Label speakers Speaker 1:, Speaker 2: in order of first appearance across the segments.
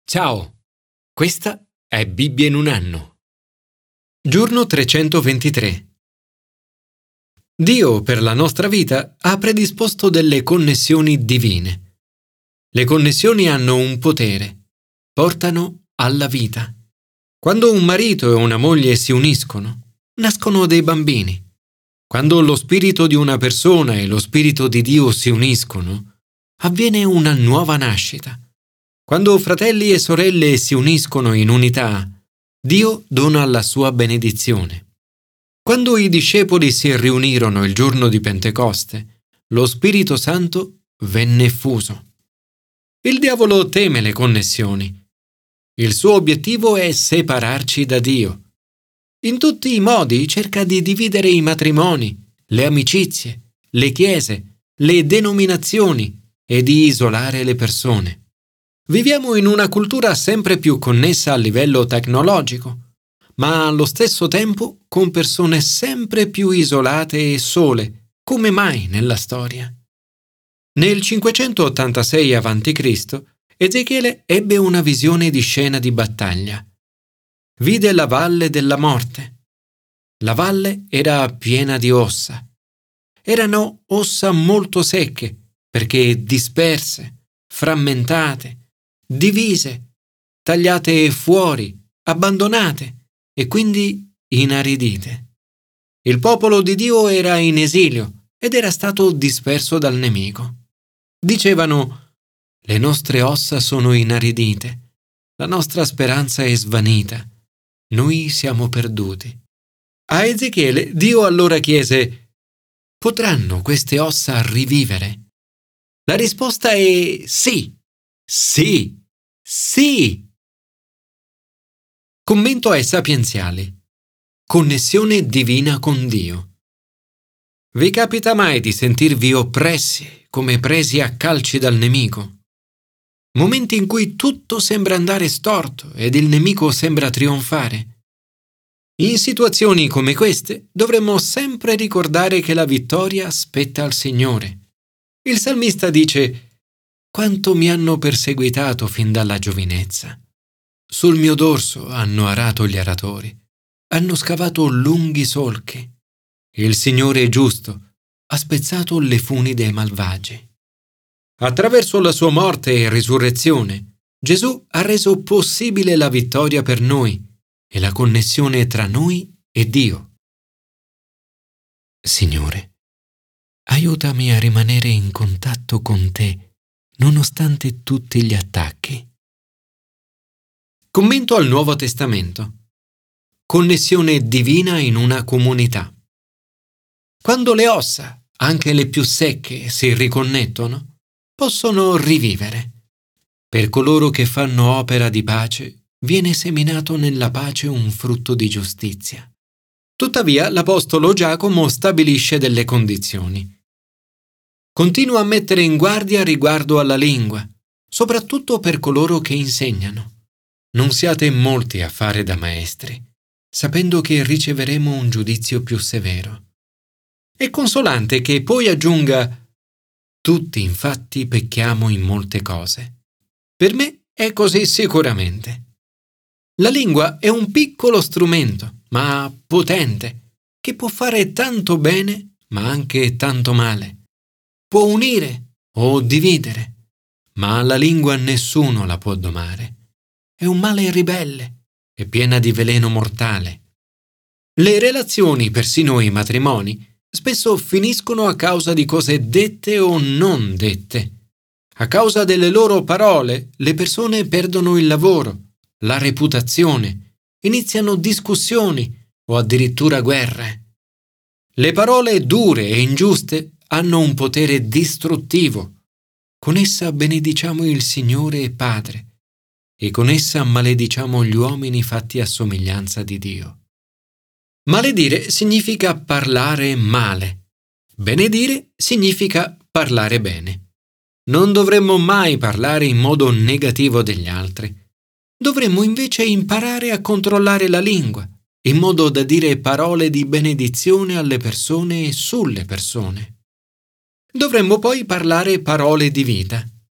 Speaker 1: Ciao, questa è Bibbia in un anno. Giorno 323. Dio per la nostra vita ha predisposto delle connessioni divine. Le connessioni hanno un potere, portano alla vita. Quando un marito e una moglie si uniscono, nascono dei bambini. Quando lo spirito di una persona e lo spirito di Dio si uniscono, avviene una nuova nascita. Quando fratelli e sorelle si uniscono in unità, Dio dona la sua benedizione. Quando i discepoli si riunirono il giorno di Pentecoste, lo Spirito Santo venne fuso. Il diavolo teme le connessioni. Il suo obiettivo è separarci da Dio. In tutti i modi cerca di dividere i matrimoni, le amicizie, le chiese, le denominazioni e di isolare le persone. Viviamo in una cultura sempre più connessa a livello tecnologico, ma allo stesso tempo con persone sempre più isolate e sole, come mai nella storia. Nel 586 a.C., Ezechiele ebbe una visione di scena di battaglia. Vide la valle della morte. La valle era piena di ossa. Erano ossa molto secche, perché disperse, frammentate, divise, tagliate fuori, abbandonate e quindi inaridite. Il popolo di Dio era in esilio ed era stato disperso dal nemico. Dicevano: le nostre ossa sono inaridite, la nostra speranza è svanita, noi siamo perduti. A Ezechiele Dio allora chiese: potranno queste ossa rivivere? La risposta è sì, sì. Sì! Commento ai sapienziali. Connessione divina con Dio. Vi capita mai di sentirvi oppressi, come presi a calci dal nemico? Momenti in cui tutto sembra andare storto ed il nemico sembra trionfare? In situazioni come queste dovremmo sempre ricordare che la vittoria spetta al Signore. Il salmista dice: quanto mi hanno perseguitato fin dalla giovinezza. Sul mio dorso hanno arato gli aratori, hanno scavato lunghi solchi. Il Signore è giusto, ha spezzato le funi dei malvagi. Attraverso la sua morte e risurrezione, Gesù ha reso possibile la vittoria per noi e la connessione tra noi e Dio. Signore, aiutami a rimanere in contatto con Te nonostante tutti gli attacchi. Commento al Nuovo Testamento. Connessione divina in una comunità. Quando le ossa, anche le più secche, si riconnettono, possono rivivere. Per coloro che fanno opera di pace, viene seminato nella pace un frutto di giustizia. Tuttavia, l'Apostolo Giacomo stabilisce delle condizioni. Continua a mettere in guardia riguardo alla lingua, soprattutto per coloro che insegnano. Non siate molti a fare da maestri, sapendo che riceveremo un giudizio più severo. È consolante che poi aggiunga: tutti infatti pecchiamo in molte cose. Per me è così sicuramente. La lingua è un piccolo strumento, ma potente, che può fare tanto bene, ma anche tanto male. Può unire o dividere, ma la lingua nessuno la può domare. È un male ribelle, è piena di veleno mortale. Le relazioni, persino i matrimoni, spesso finiscono a causa di cose dette o non dette. A causa delle loro parole, le persone perdono il lavoro, la reputazione, iniziano discussioni o addirittura guerre. Le parole dure e ingiuste hanno un potere distruttivo. Con essa benediciamo il Signore e Padre, e con essa malediciamo gli uomini fatti a somiglianza di Dio. Maledire significa parlare male. Benedire significa parlare bene. Non dovremmo mai parlare in modo negativo degli altri. Dovremmo invece imparare a controllare la lingua, in modo da dire parole di benedizione alle persone e sulle persone. Dovremmo poi parlare parole di vita.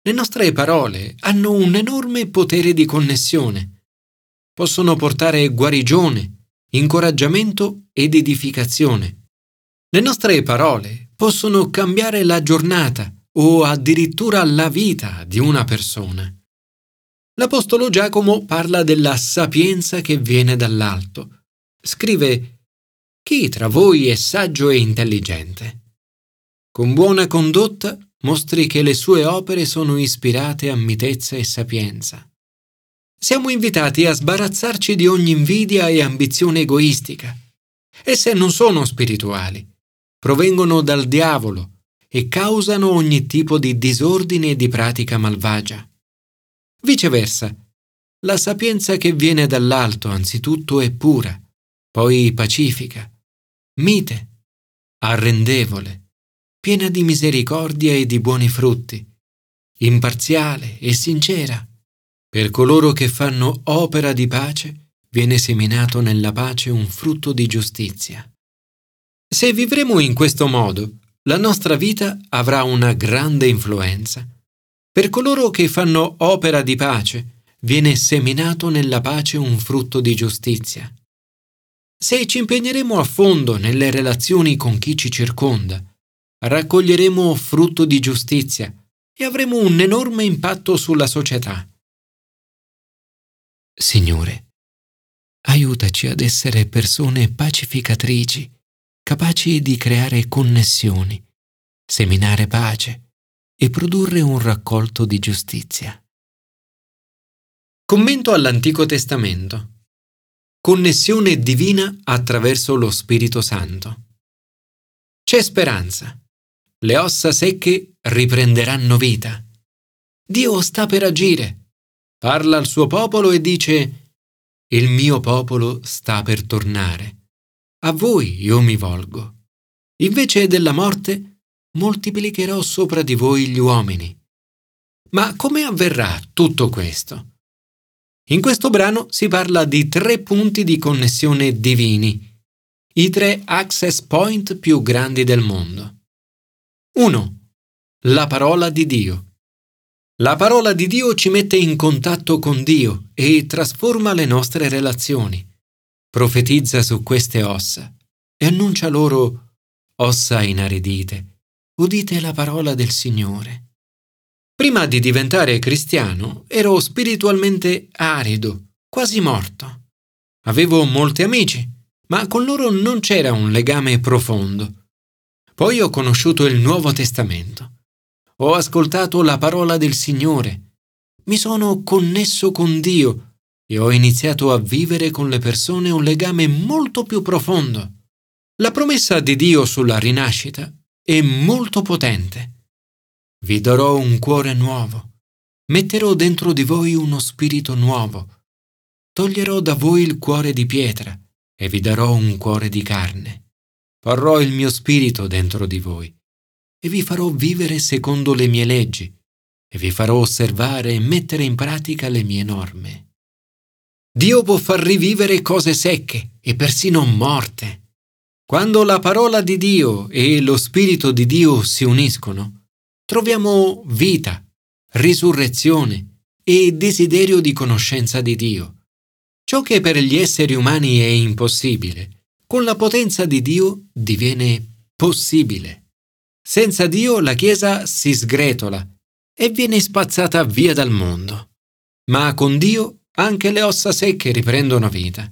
Speaker 1: Le nostre parole hanno un enorme potere di connessione. Possono portare guarigione, incoraggiamento ed edificazione. Le nostre parole possono cambiare la giornata o addirittura la vita di una persona. L'Apostolo Giacomo parla della sapienza che viene dall'alto. Scrive: «Chi tra voi è saggio e intelligente? Con buona condotta mostri che le sue opere sono ispirate a mitezza e sapienza». Siamo invitati a sbarazzarci di ogni invidia e ambizione egoistica. Esse non sono spirituali, provengono dal diavolo e causano ogni tipo di disordine e di pratica malvagia. Viceversa, la sapienza che viene dall'alto anzitutto è pura, poi pacifica, mite, arrendevole, piena di misericordia e di buoni frutti, imparziale e sincera. Per coloro che fanno opera di pace viene seminato nella pace un frutto di giustizia. Se vivremo in questo modo, la nostra vita avrà una grande influenza. Per coloro che fanno opera di pace viene seminato nella pace un frutto di giustizia. Se ci impegneremo a fondo nelle relazioni con chi ci circonda, raccoglieremo frutto di giustizia e avremo un enorme impatto sulla società. Signore, aiutaci ad essere persone pacificatrici, capaci di creare connessioni, seminare pace e produrre un raccolto di giustizia. Commento all'Antico Testamento. Connessione divina attraverso lo Spirito Santo. C'è speranza. Le ossa secche riprenderanno vita. Dio sta per agire. Parla al suo popolo e dice: «Il mio popolo sta per tornare. A voi io mi volgo. Invece della morte, moltiplicherò sopra di voi gli uomini». Ma come avverrà tutto questo? In questo brano si parla di 3 punti di connessione divini, i 3 access point più grandi del mondo. 1. La parola di Dio. La parola di Dio ci mette in contatto con Dio e trasforma le nostre relazioni. Profetizza su queste ossa e annuncia loro: «Ossa inaridite, udite la parola del Signore». Prima di diventare cristiano ero spiritualmente arido, quasi morto. Avevo molti amici, ma con loro non c'era un legame profondo. Poi ho conosciuto il Nuovo Testamento. Ho ascoltato la parola del Signore. Mi sono connesso con Dio e ho iniziato a vivere con le persone un legame molto più profondo. La promessa di Dio sulla rinascita è molto potente. Vi darò un cuore nuovo. Metterò dentro di voi uno spirito nuovo. Toglierò da voi il cuore di pietra e vi darò un cuore di carne. Porrò il mio spirito dentro di voi e vi farò vivere secondo le mie leggi e vi farò osservare e mettere in pratica le mie norme. Dio può far rivivere cose secche e persino morte. Quando la parola di Dio e lo Spirito di Dio si uniscono, troviamo vita, risurrezione e desiderio di conoscenza di Dio. Ciò che per gli esseri umani è impossibile, con la potenza di Dio diviene possibile. Senza Dio la Chiesa si sgretola e viene spazzata via dal mondo. Ma con Dio anche le ossa secche riprendono vita.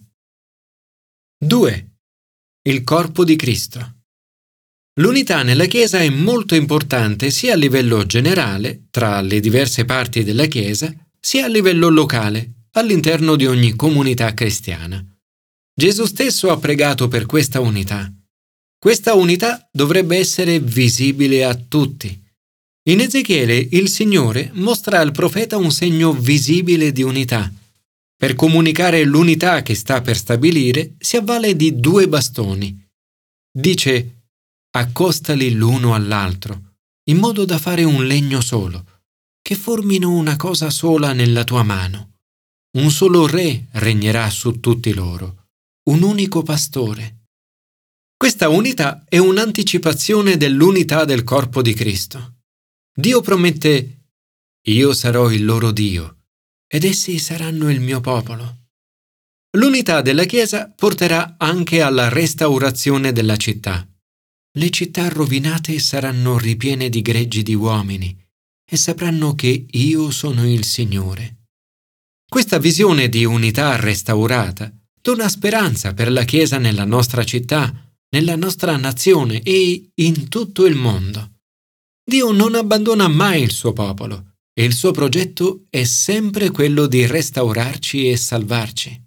Speaker 1: 2. Il corpo di Cristo. L'unità nella Chiesa è molto importante sia a livello generale, tra le diverse parti della Chiesa, sia a livello locale, all'interno di ogni comunità cristiana. Gesù stesso ha pregato per questa unità. Questa unità dovrebbe essere visibile a tutti. In Ezechiele il Signore mostra al profeta un segno visibile di unità. Per comunicare l'unità che sta per stabilire si avvale di 2 bastoni. Dice: «Accostali l'uno all'altro, in modo da fare un legno solo, che formino una cosa sola nella tua mano. Un solo re regnerà su tutti loro, un unico pastore». Questa unità è un'anticipazione dell'unità del corpo di Cristo. Dio promette: Io sarò il loro Dio, ed essi saranno il mio popolo. L'unità della Chiesa porterà anche alla restaurazione della città. Le città rovinate saranno ripiene di greggi di uomini e sapranno che io sono il Signore. Questa visione di unità restaurata dona speranza per la Chiesa nella nostra città, nella nostra nazione e in tutto il mondo. Dio non abbandona mai il suo popolo e il suo progetto è sempre quello di restaurarci e salvarci.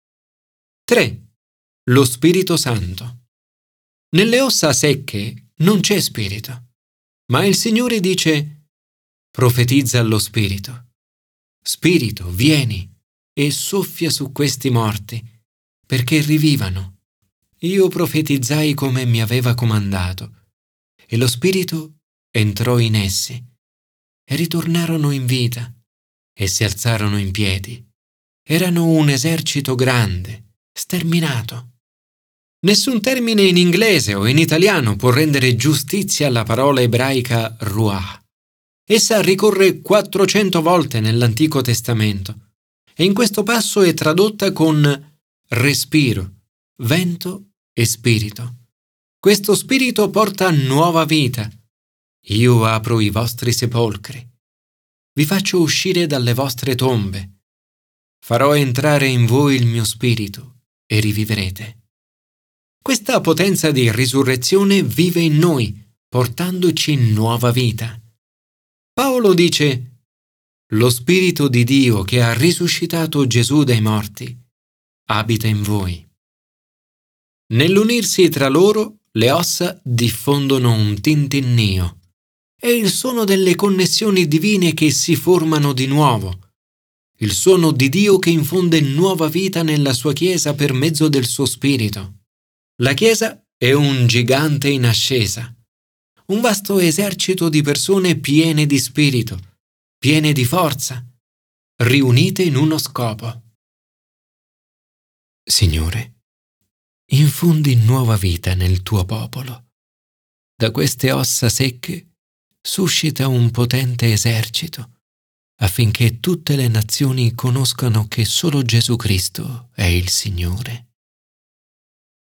Speaker 1: 3. Lo Spirito Santo. Nelle ossa secche non c'è spirito, ma il Signore dice: profetizza allo Spirito. Spirito, vieni e soffia su questi morti, perché rivivano. Io profetizzai come mi aveva comandato, e lo Spirito entrò in essi, e ritornarono in vita, e si alzarono in piedi. Erano un esercito grande, sterminato. Nessun termine in inglese o in italiano può rendere giustizia alla parola ebraica ruah. Essa ricorre 400 volte nell'Antico Testamento e in questo passo è tradotta con respiro, vento e spirito. Questo spirito porta nuova vita. Io apro i vostri sepolcri. Vi faccio uscire dalle vostre tombe. Farò entrare in voi il mio spirito e rivivrete. Questa potenza di risurrezione vive in noi, portandoci nuova vita. Paolo dice: lo Spirito di Dio che ha risuscitato Gesù dai morti abita in voi. Nell'unirsi tra loro, le ossa diffondono un tintinnio. È il suono delle connessioni divine che si formano di nuovo. Il suono di Dio che infonde nuova vita nella sua Chiesa per mezzo del suo Spirito. La Chiesa è un gigante in ascesa, un vasto esercito di persone piene di spirito, piene di forza, riunite in uno scopo. Signore, infondi nuova vita nel tuo popolo. Da queste ossa secche suscita un potente esercito, affinché tutte le nazioni conoscano che solo Gesù Cristo è il Signore.